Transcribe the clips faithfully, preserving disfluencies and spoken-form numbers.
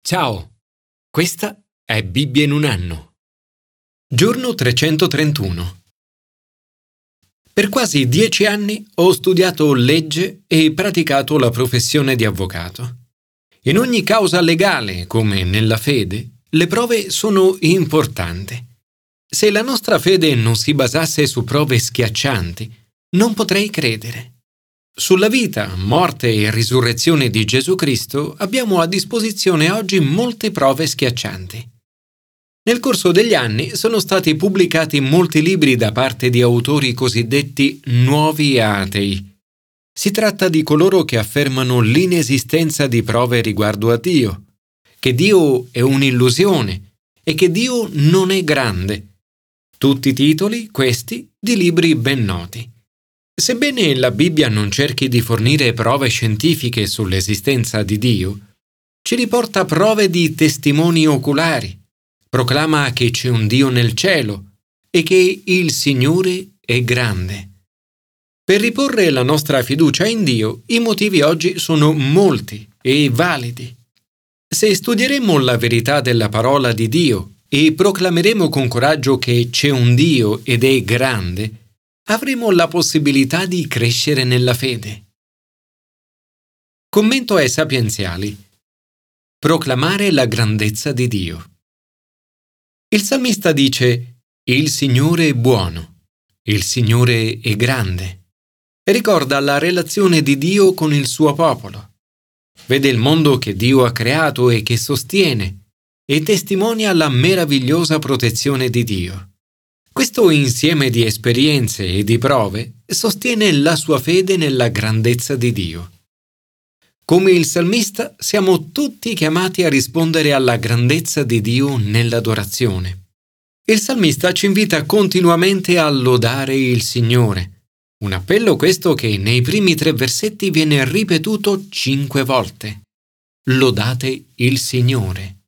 Ciao, questa è Bibbia in un anno. Giorno trecentotrentuno. Per quasi dieci anni ho studiato legge e praticato la professione di avvocato. In ogni causa legale, come nella fede, le prove sono importanti. Se la nostra fede non si basasse su prove schiaccianti, non potrei credere. Sulla vita, morte e risurrezione di Gesù Cristo abbiamo a disposizione oggi molte prove schiaccianti. Nel corso degli anni sono stati pubblicati molti libri da parte di autori cosiddetti nuovi atei. Si tratta di coloro che affermano l'inesistenza di prove riguardo a Dio, che Dio è un'illusione e che Dio non è grande. Tutti titoli, questi, di libri ben noti. Sebbene la Bibbia non cerchi di fornire prove scientifiche sull'esistenza di Dio, ci riporta prove di testimoni oculari, proclama che c'è un Dio nel cielo e che il Signore è grande. Per riporre la nostra fiducia in Dio, i motivi oggi sono molti e validi. Se studieremo la verità della parola di Dio e proclameremo con coraggio che c'è un Dio ed è grande, avremo la possibilità di crescere nella fede. Commento ai sapienziali. Proclamare la grandezza di Dio. Il salmista dice: «Il Signore è buono, il Signore è grande», e ricorda la relazione di Dio con il suo popolo. Vede il mondo che Dio ha creato e che sostiene, e testimonia la meravigliosa protezione di Dio. Questo insieme di esperienze e di prove sostiene la sua fede nella grandezza di Dio. Come il salmista, siamo tutti chiamati a rispondere alla grandezza di Dio nell'adorazione. Il salmista ci invita continuamente a lodare il Signore, un appello questo che nei primi tre versetti viene ripetuto cinque volte. Lodate il Signore.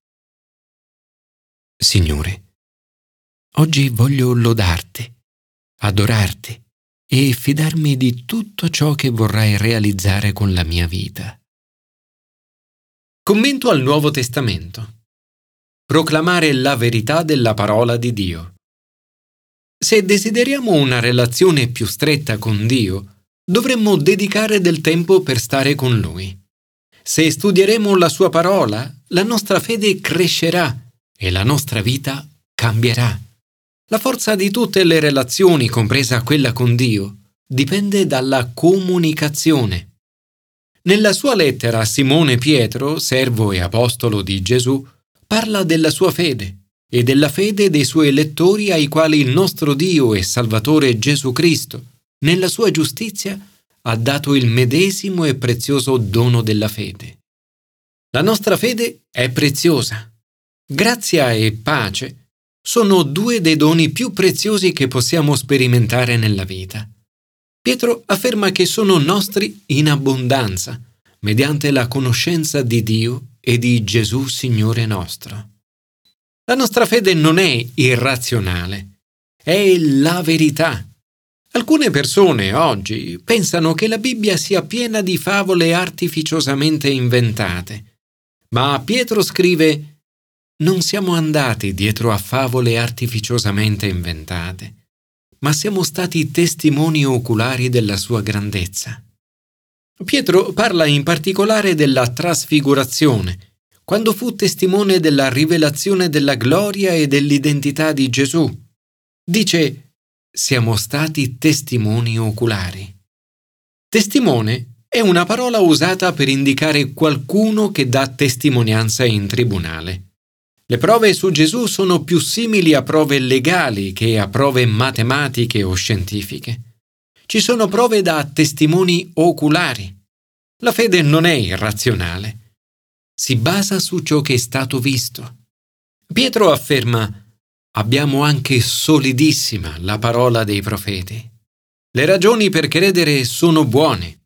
Signore, oggi voglio lodarti, adorarti e fidarmi di tutto ciò che vorrai realizzare con la mia vita. Commento al Nuovo Testamento. Proclamare la verità della parola di Dio. Se desideriamo una relazione più stretta con Dio, dovremmo dedicare del tempo per stare con Lui. Se studieremo la sua parola, la nostra fede crescerà e la nostra vita cambierà. La forza di tutte le relazioni, compresa quella con Dio, dipende dalla comunicazione. Nella sua lettera Simone Pietro, servo e apostolo di Gesù, parla della sua fede e della fede dei suoi lettori ai quali il nostro Dio e Salvatore Gesù Cristo, nella sua giustizia, ha dato il medesimo e prezioso dono della fede. La nostra fede è preziosa. Grazia e pace sono due dei doni più preziosi che possiamo sperimentare nella vita. Pietro afferma che sono nostri in abbondanza, mediante la conoscenza di Dio e di Gesù Signore nostro. La nostra fede non è irrazionale, è la verità. Alcune persone oggi pensano che la Bibbia sia piena di favole artificiosamente inventate, ma Pietro scrive: «Non siamo andati dietro a favole artificiosamente inventate, ma siamo stati testimoni oculari della sua grandezza». Pietro parla in particolare della trasfigurazione, quando fu testimone della rivelazione della gloria e dell'identità di Gesù. Dice: «Siamo stati testimoni oculari». Testimone è una parola usata per indicare qualcuno che dà testimonianza in tribunale. Le prove su Gesù sono più simili a prove legali che a prove matematiche o scientifiche. Ci sono prove da testimoni oculari. La fede non è irrazionale. Si basa su ciò che è stato visto. Pietro afferma: «Abbiamo anche solidissima la parola dei profeti. Le ragioni per credere sono buone».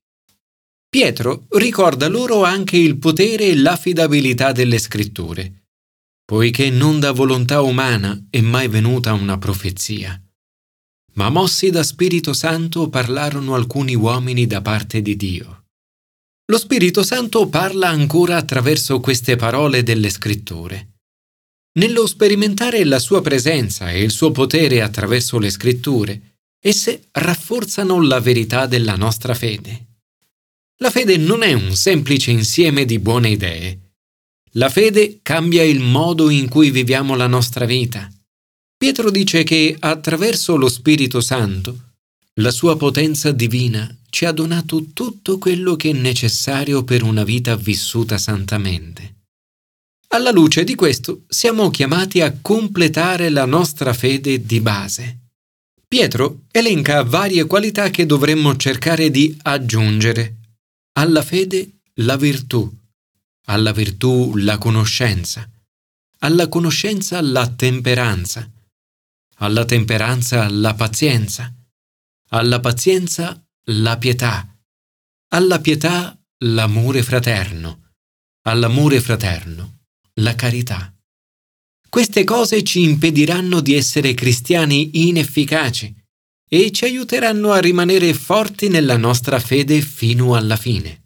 Pietro ricorda loro anche il potere e l'affidabilità delle Scritture, poiché non da volontà umana è mai venuta una profezia, ma mossi da Spirito Santo parlarono alcuni uomini da parte di Dio. Lo Spirito Santo parla ancora attraverso queste parole delle Scritture. Nello sperimentare la sua presenza e il suo potere attraverso le Scritture, esse rafforzano la verità della nostra fede. La fede non è un semplice insieme di buone idee. La fede cambia il modo in cui viviamo la nostra vita. Pietro dice che attraverso lo Spirito Santo, la sua potenza divina ci ha donato tutto quello che è necessario per una vita vissuta santamente. Alla luce di questo, siamo chiamati a completare la nostra fede di base. Pietro elenca varie qualità che dovremmo cercare di aggiungere. Alla fede la virtù, alla virtù la conoscenza, alla conoscenza la temperanza, alla temperanza la pazienza, alla pazienza la pietà, alla pietà l'amore fraterno, all'amore fraterno la carità. Queste cose ci impediranno di essere cristiani inefficaci e ci aiuteranno a rimanere forti nella nostra fede fino alla fine.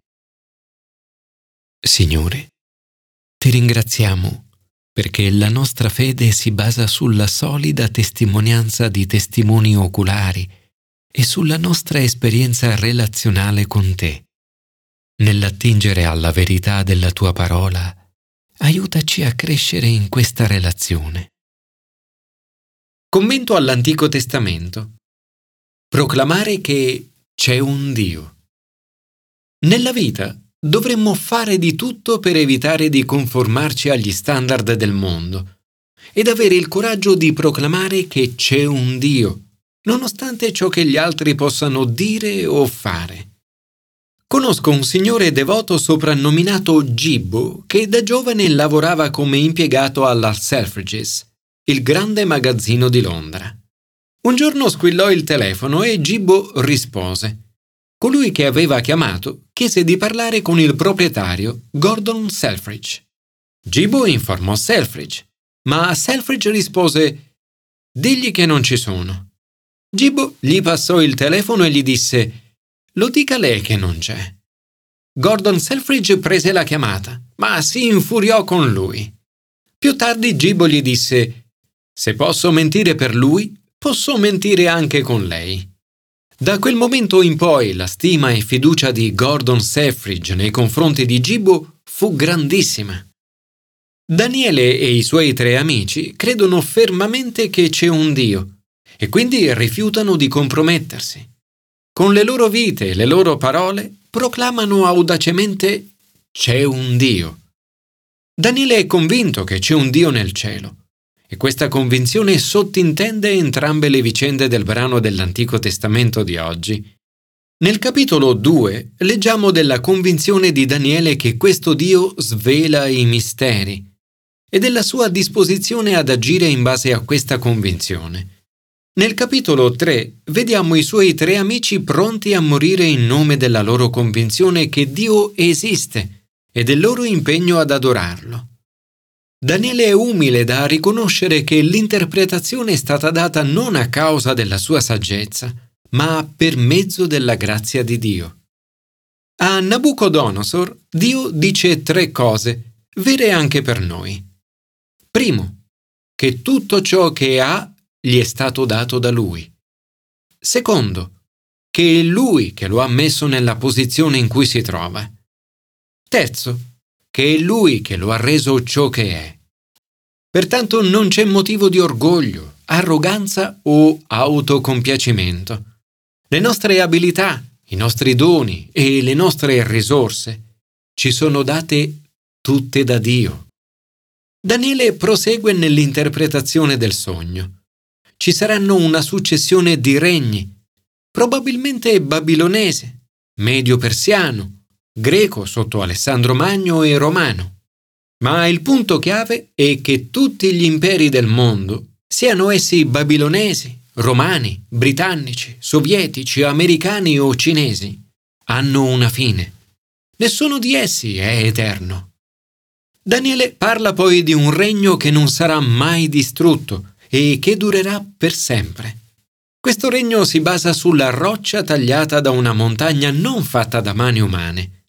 Signore, ti ringraziamo perché la nostra fede si basa sulla solida testimonianza di testimoni oculari e sulla nostra esperienza relazionale con te. Nell'attingere alla verità della tua parola, aiutaci a crescere in questa relazione. Commento all'Antico Testamento. Proclamare che c'è un Dio. Nella vita dovremmo fare di tutto per evitare di conformarci agli standard del mondo ed avere il coraggio di proclamare che c'è un Dio, nonostante ciò che gli altri possano dire o fare. Conosco un signore devoto soprannominato Gibbo che da giovane lavorava come impiegato alla Selfridges, il grande magazzino di Londra. Un giorno squillò il telefono e Gibbo rispose. Colui che aveva chiamato chiese di parlare con il proprietario, Gordon Selfridge. Gibbo informò Selfridge, ma Selfridge rispose: «Digli che non ci sono». Gibbo gli passò il telefono e gli disse: «Lo dica lei che non c'è». Gordon Selfridge prese la chiamata, ma si infuriò con lui. Più tardi Gibbo gli disse: «Se posso mentire per lui, posso mentire anche con lei». Da quel momento in poi la stima e fiducia di Gordon Selfridge nei confronti di Gibbo fu grandissima. Daniele e i suoi tre amici credono fermamente che c'è un Dio e quindi rifiutano di compromettersi. Con le loro vite e le loro parole proclamano audacemente «C'è un Dio». Daniele è convinto che c'è un Dio nel cielo. E questa convinzione sottintende entrambe le vicende del brano dell'Antico Testamento di oggi. Nel capitolo due leggiamo della convinzione di Daniele che questo Dio svela i misteri e della sua disposizione ad agire in base a questa convinzione. Nel capitolo tre vediamo i suoi tre amici pronti a morire in nome della loro convinzione che Dio esiste e del loro impegno ad adorarlo. Daniele è umile da riconoscere che l'interpretazione è stata data non a causa della sua saggezza, ma per mezzo della grazia di Dio. A Nabucodonosor Dio dice tre cose, vere anche per noi. Primo, che tutto ciò che ha gli è stato dato da Lui. Secondo, che è Lui che lo ha messo nella posizione in cui si trova. Terzo, che è Lui che lo ha reso ciò che è. Pertanto non c'è motivo di orgoglio, arroganza o autocompiacimento. Le nostre abilità, i nostri doni e le nostre risorse ci sono date tutte da Dio. Daniele prosegue nell'interpretazione del sogno. Ci saranno una successione di regni, probabilmente babilonese, medio-persiano, greco sotto Alessandro Magno e romano. Ma il punto chiave è che tutti gli imperi del mondo, siano essi babilonesi, romani, britannici, sovietici, americani o cinesi, hanno una fine. Nessuno di essi è eterno. Daniele parla poi di un regno che non sarà mai distrutto e che durerà per sempre. Questo regno si basa sulla roccia tagliata da una montagna non fatta da mani umane.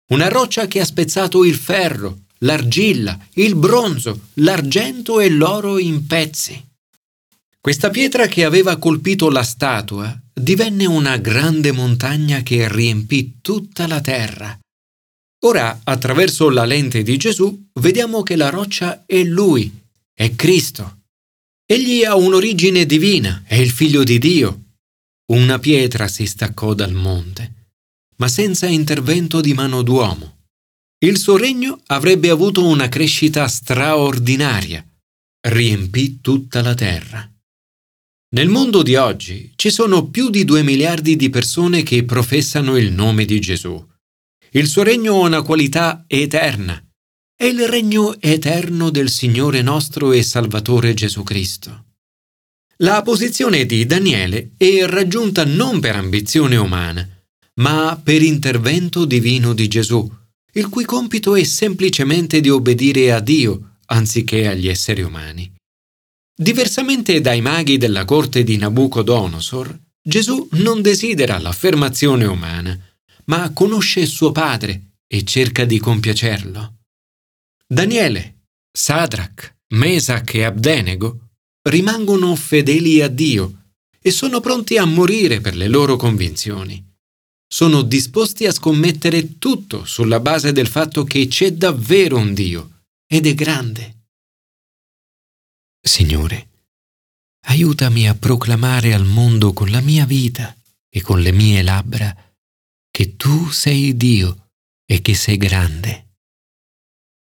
una roccia che ha spezzato il ferro, l'argilla, il bronzo, l'argento e l'oro in pezzi. Questa pietra che aveva colpito la statua divenne una grande montagna che riempì tutta la terra. Ora, attraverso la lente di Gesù, vediamo che la roccia è Lui, è Cristo. Egli ha un'origine divina, è il Figlio di Dio. Una pietra si staccò dal monte, ma senza intervento di mano d'uomo. Il suo regno avrebbe avuto una crescita straordinaria, riempì tutta la terra. Nel mondo di oggi ci sono più di due miliardi di persone che professano il nome di Gesù. Il suo regno ha una qualità eterna. È il regno eterno del Signore nostro e Salvatore Gesù Cristo. La posizione di Daniele è raggiunta non per ambizione umana, ma per intervento divino di Gesù, il cui compito è semplicemente di obbedire a Dio anziché agli esseri umani. Diversamente dai maghi della corte di Nabucodonosor, Gesù non desidera l'affermazione umana, ma conosce suo Padre e cerca di compiacerlo. Daniele, Sadrach, Mesach e Abdenego rimangono fedeli a Dio e sono pronti a morire per le loro convinzioni. Sono disposti a scommettere tutto sulla base del fatto che c'è davvero un Dio ed è grande. Signore, aiutami a proclamare al mondo con la mia vita e con le mie labbra che Tu sei Dio e che sei grande.